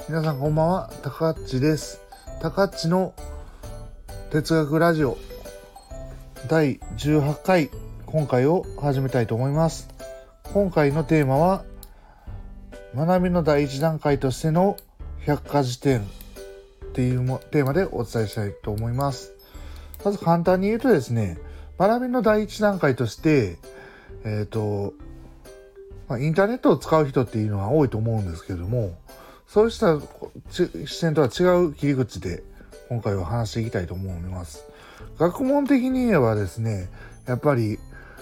皆さんこんばんは、たかっちです。たかっちの哲学ラジオ第18回、今回を始めたいと思います。今回のテーマは、学びの第一段階としての百科事典っていうテーマでお伝えしたいと思います。まず簡単に言うとですね、学びの第一段階として、インターネットを使う人っていうのは多いと思うんですけれども、そうした視点とは違う切り口で今回は話していきたいと思います。学問的に言えばですね、やっぱり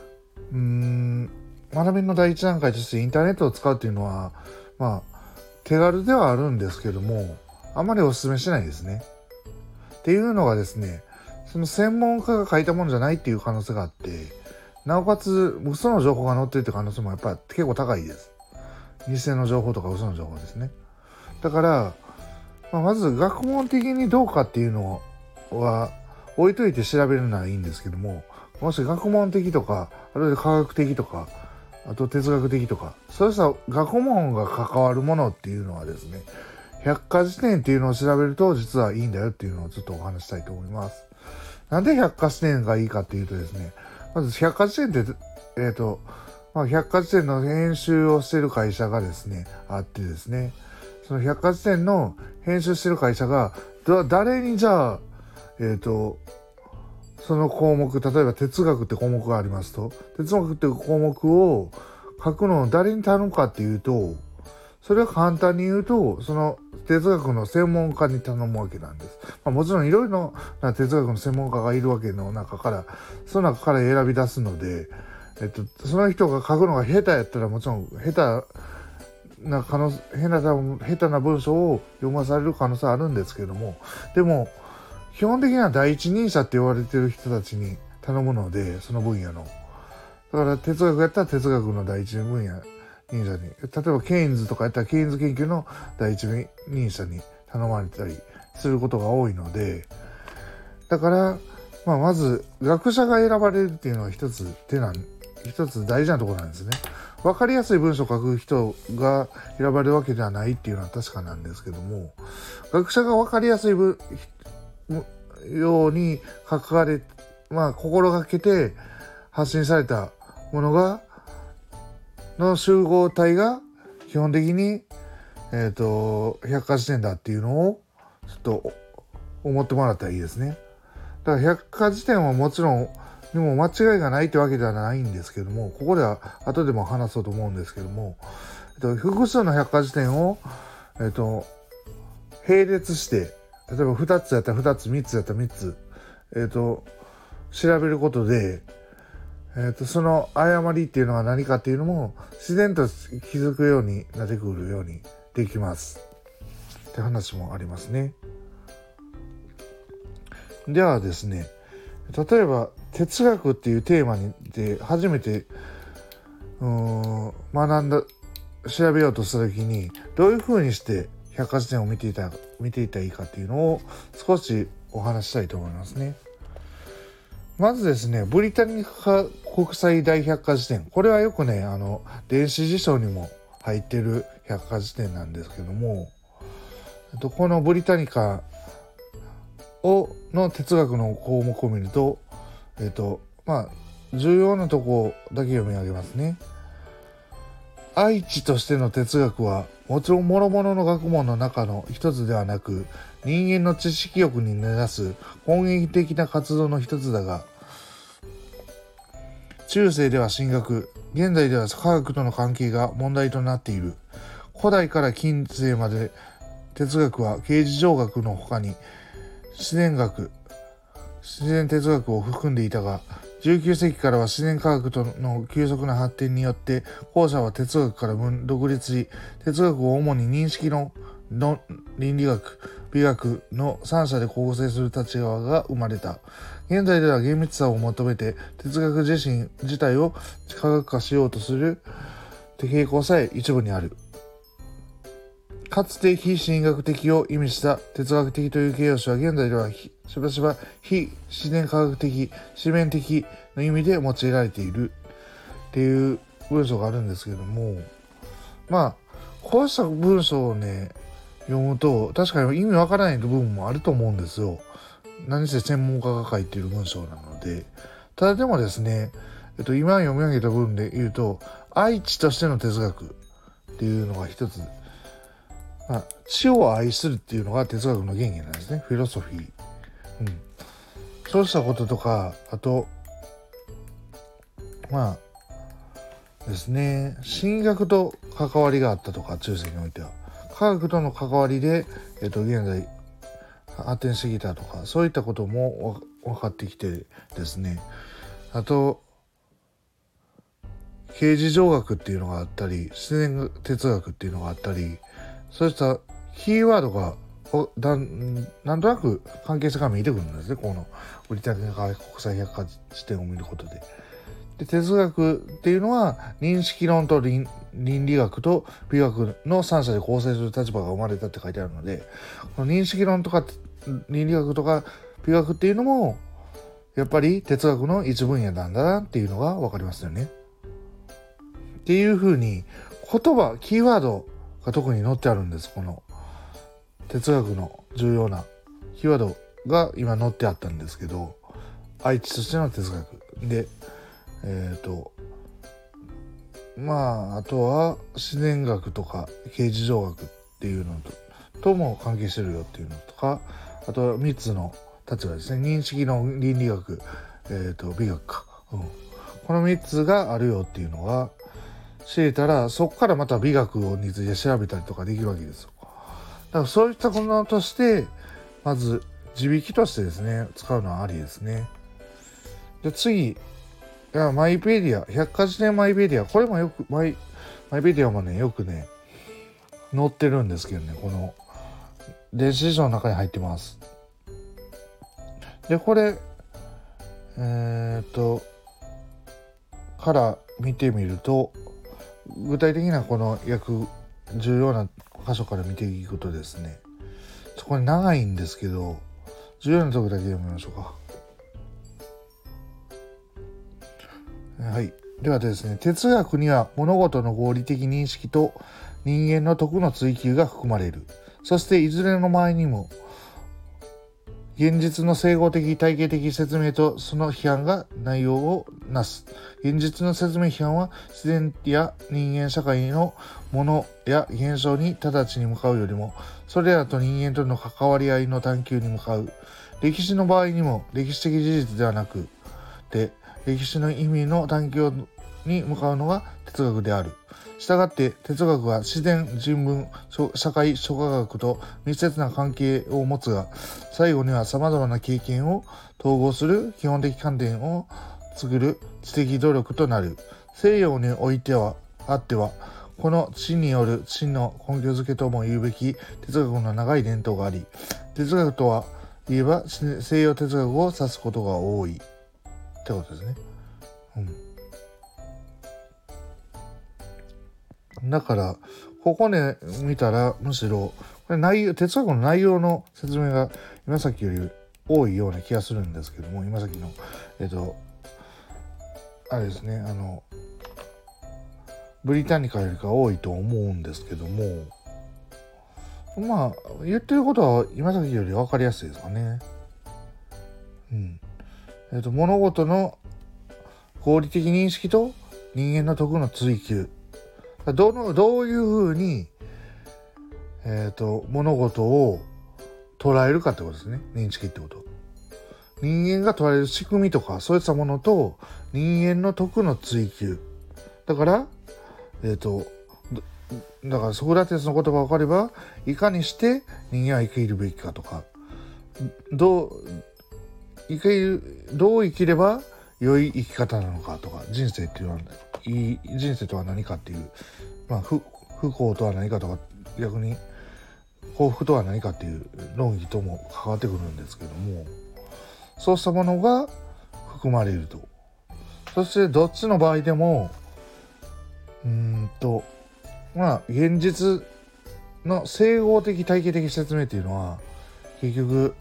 学びの第一段階としてインターネットを使うっていうのは手軽ではあるんですけども、あまりお勧めしないですね。っていうのがですね、その専門家が書いたものじゃないっていう可能性があって、なおかつ嘘の情報が載ってるって可能性もやっぱり結構高いです。偽の情報とか嘘の情報ですね。だから、まず学問的にどうかっていうのは置いといて調べるならいいんですけども、もし学問的とか、あるいは科学的とか、あと哲学的とか、そうした学問が関わるものっていうのはですね、百科事典っていうのを調べると実はいいんだよっていうのをちょっとお話したいと思います。なんで百科事典がいいかっていうとですね、まず百科事典って百科事典の編集をしている会社がですねあってですね、その百科事典の編集している会社が誰にじゃあその項目、例えば哲学って項目がありますと、哲学って項目を書くのを誰に頼むかっていうと、それは簡単に言うと、その哲学の専門家に頼むわけなんです。もちろんいろいろな哲学の専門家がいるわけの中から、その中から選び出すので、その人が書くのが下手やったらもちろん下手な文章を読まされる可能性はあるんですけども、でも基本的には第一人者って言われてる人たちに頼むので、その分野の。だから哲学やったら哲学の第一分野人者に、例えばケインズとかやったらケインズ研究の第一人者に頼まれたりすることが多いので、だからまず学者が選ばれるっていうのは一つ大事なところなんですね。分かりやすい文章を書く人が選ばれるわけではないっていうのは確かなんですけども、学者が分かりやすいように書かれ、心がけて発信されたものの集合体が基本的に百科事典だっていうのをちょっと思ってもらったらいいですね。だから百科事典はもちろんでも間違いがないってわけではないんですけども、ここでは後でも話そうと思うんですけども、複数の百科事典を並列して、例えば2つやったら2つ、3つやったら3つ調べることで、その誤りっていうのは何かっていうのも自然と気づくようになってくるようにできますって話もありますね。ではですね、例えば哲学っていうテーマで初めて調べようとした時にどういうふうにして百科事典を見ていったらいいかっていうのを少しお話ししたいと思いますね。まずですね、ブリタニカ国際大百科事典、これはよくね電子辞書にも入っている百科事典なんですけども、このブリタニカの哲学の項目を見ると、重要なとこだけ読み上げますね。愛知としての哲学はもちろん諸々の学問の中の一つではなく、人間の知識欲に根ざす根源的な活動の一つだが、中世では神学、現代では科学との関係が問題となっている。古代から近世まで哲学は形而上学の他に自然哲学を含んでいたが、19世紀からは自然科学との急速な発展によって後者は哲学から独立し、哲学を主に認識の倫理学、美学の三者で構成する立場が生まれた。現在では厳密さを求めて哲学自体を科学化しようとする傾向さえ一部にある。かつて非神学的を意味した哲学的という形容詞は現在ではしばしば非自然科学的、自然的の意味で用いられているっていう文章があるんですけども、こうした文章をね読むと確かに意味わからない部分もあると思うんですよ。何せ専門家が書いている文章なので。ただでもですね、今読み上げた部分で言うと、愛知としての哲学っていうのが一つ、知を愛するっていうのが哲学の原源なんですね。フィロソフィー。そうしたこととか、あとですね、心理学と関わりがあったとか、中世においては科学との関わりで、現在発展してきたとか、そういったことも分かってきてですね、あと形而上学っていうのがあったり、自然哲学っていうのがあったり、そうしたキーワードがなんとなく関係性が見えてくるんですね。このブリタニカ国際百科事典を見ることで。で、哲学っていうのは認識論と倫理学と美学の三者で構成する立場が生まれたって書いてあるので、この認識論とか倫理学とか美学っていうのもやっぱり哲学の一分野なんだなっていうのが分かりますよね。っていうふうに言葉、キーワードが特に載ってあるんです。この哲学の重要なキーワードが今載ってあったんですけど、愛知としての哲学で、あとは自然学とか形而上学っていうのとも関係してるよっていうのとか、あと3つの立場ですね。認識の倫理学、美学か、この3つがあるよっていうのが知れたら、そこからまた美学について調べたりとかできるわけですよ。だからそういったこととしてまず地引きとしてですね使うのはありですね。で、次、マイペディア、百科事典マイペディア、これもよくマイペディアもねよくね載ってるんですけどね、この電子辞書の中に入ってます。で、これから見てみると、具体的なこの重要な箇所から見ていくとですね、そこに長いんですけど、重要なところだけ読みましょうか。はい。ではですね、哲学には物事の合理的認識と人間の徳の追求が含まれる。そしていずれの場合にも現実の整合的体系的説明とその批判が内容をなす。現実の説明批判は自然や人間社会のものや現象に直ちに向かうよりも、それらと人間との関わり合いの探求に向かう。歴史の場合にも歴史的事実ではなくて、歴史の意味の探求に向かうのが哲学である。したがって哲学は自然、人文、社会、諸科学と密接な関係を持つが、最後には様々な経験を統合する基本的観点を作る知的努力となる。西洋においてはこの知による真の根拠づけとも言うべき哲学の長い伝統があり、哲学とは言えば西洋哲学を指すことが多いってことですね。だからここで見たら、むしろこれ哲学の内容の説明が今さっきより多いような気がするんですけども、今さっきのあれですね、ブリタニカよりか多いと思うんですけども、言ってることは今さっきより分かりやすいですかね。物事の合理的認識と人間の徳の追求、どういうふうに、物事を捉えるかってことですね。認識ってこと。人間が捉える仕組みとかそういったものと人間の徳の追求。だからソクラテスの言葉が分かれば、いかにして人間は生きるべきかとか、どう生きれば良い生き方なのかとか、人生とは何かっていう、不幸とは何かとか、逆に幸福とは何かっていう論議とも関わってくるんですけども、そうしたものが含まれると。そしてどっちの場合でも現実の整合的体系的説明っていうのは結局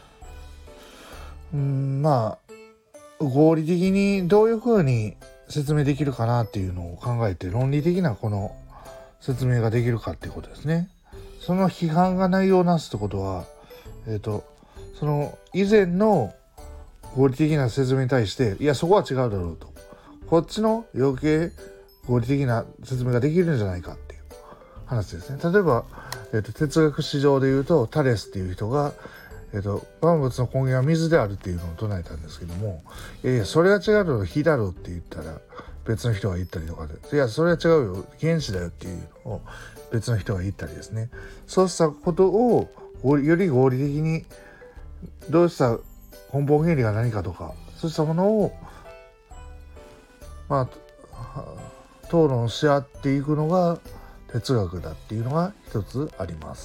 合理的にどういうふうに説明できるかなっていうのを考えて、論理的なこの説明ができるかっていうことですね。 その批判が内容をなすってことは、その以前の合理的な説明に対して、いやそこは違うだろうと、こっちの余計合理的な説明ができるんじゃないかっていう話ですね。例えば、哲学史上でいうとタレスっていう人が、万物の根源は水であるっていうのを唱えたんですけども、それは違うだろう、火だろうって言ったら別の人が言ったりとかで、いやそれは違うよ、原子だよっていうのを別の人が言ったりですね。そうしたことをより合理的にどうした根本原理が何かとか、そうしたものを討論し合っていくのが哲学だっていうのが一つあります。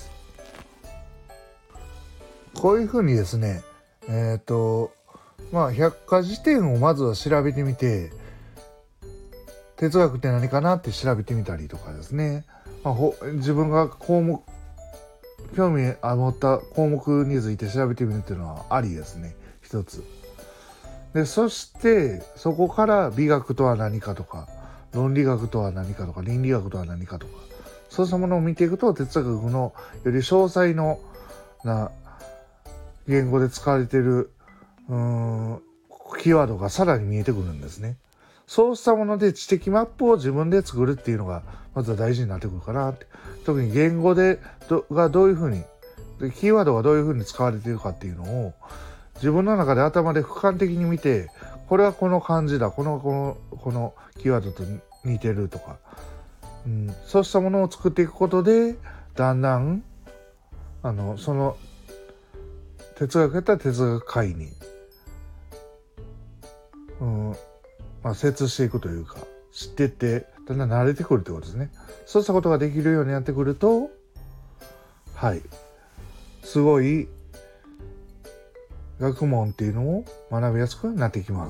こういうふうにですね、百科事典をまずは調べてみて、哲学って何かなって調べてみたりとかですね、自分が興味を持った項目について調べてみるっていうのはありですね、一つで。そしてそこから美学とは何かとか、論理学とは何かとか、倫理学とは何かとか、そうしたものを見ていくと、哲学のより詳細な言語で使われているキーワードがさらに見えてくるんですね。そうしたもので知的マップを自分で作るっていうのがまずは大事になってくるかなって。特に言語でがどういうふうに、キーワードがどういうふうに使われているかっていうのを自分の中で頭で俯瞰的に見て、これはこの漢字だ、このキーワードと似てるとか、そうしたものを作っていくことで、だんだんその哲学やったら哲学界に精通していくというか、知ってってだんだん慣れてくるってことですね。そうしたことができるようになってくると、すごい学問っていうのを学びやすくなってきます。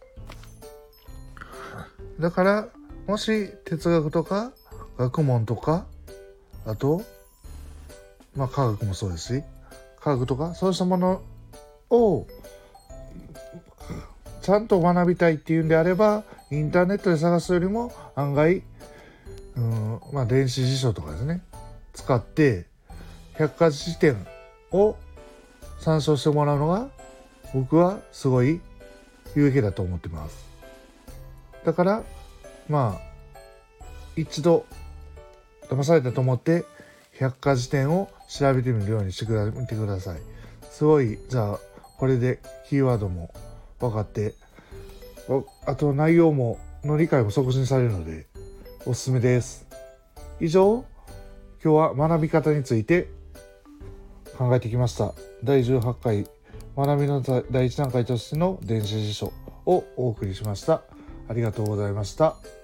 だからもし哲学とか学問とか、あと科学もそうですし、科学とかそうしたものをちゃんと学びたいっていうんであれば、インターネットで探すよりも案外電子辞書とかですね使って百科事典を参照してもらうのが僕はすごい有益だと思ってます。だから一度騙されたと思って百科事典を調べてみるようにしてみてください。すごい、じゃあこれでキーワードも分かって、あと内容の理解も促進されるのでおすすめです。以上、今日は学び方について考えてきました。第18回学びの第一段階としての電子辞書をお送りしました。ありがとうございました。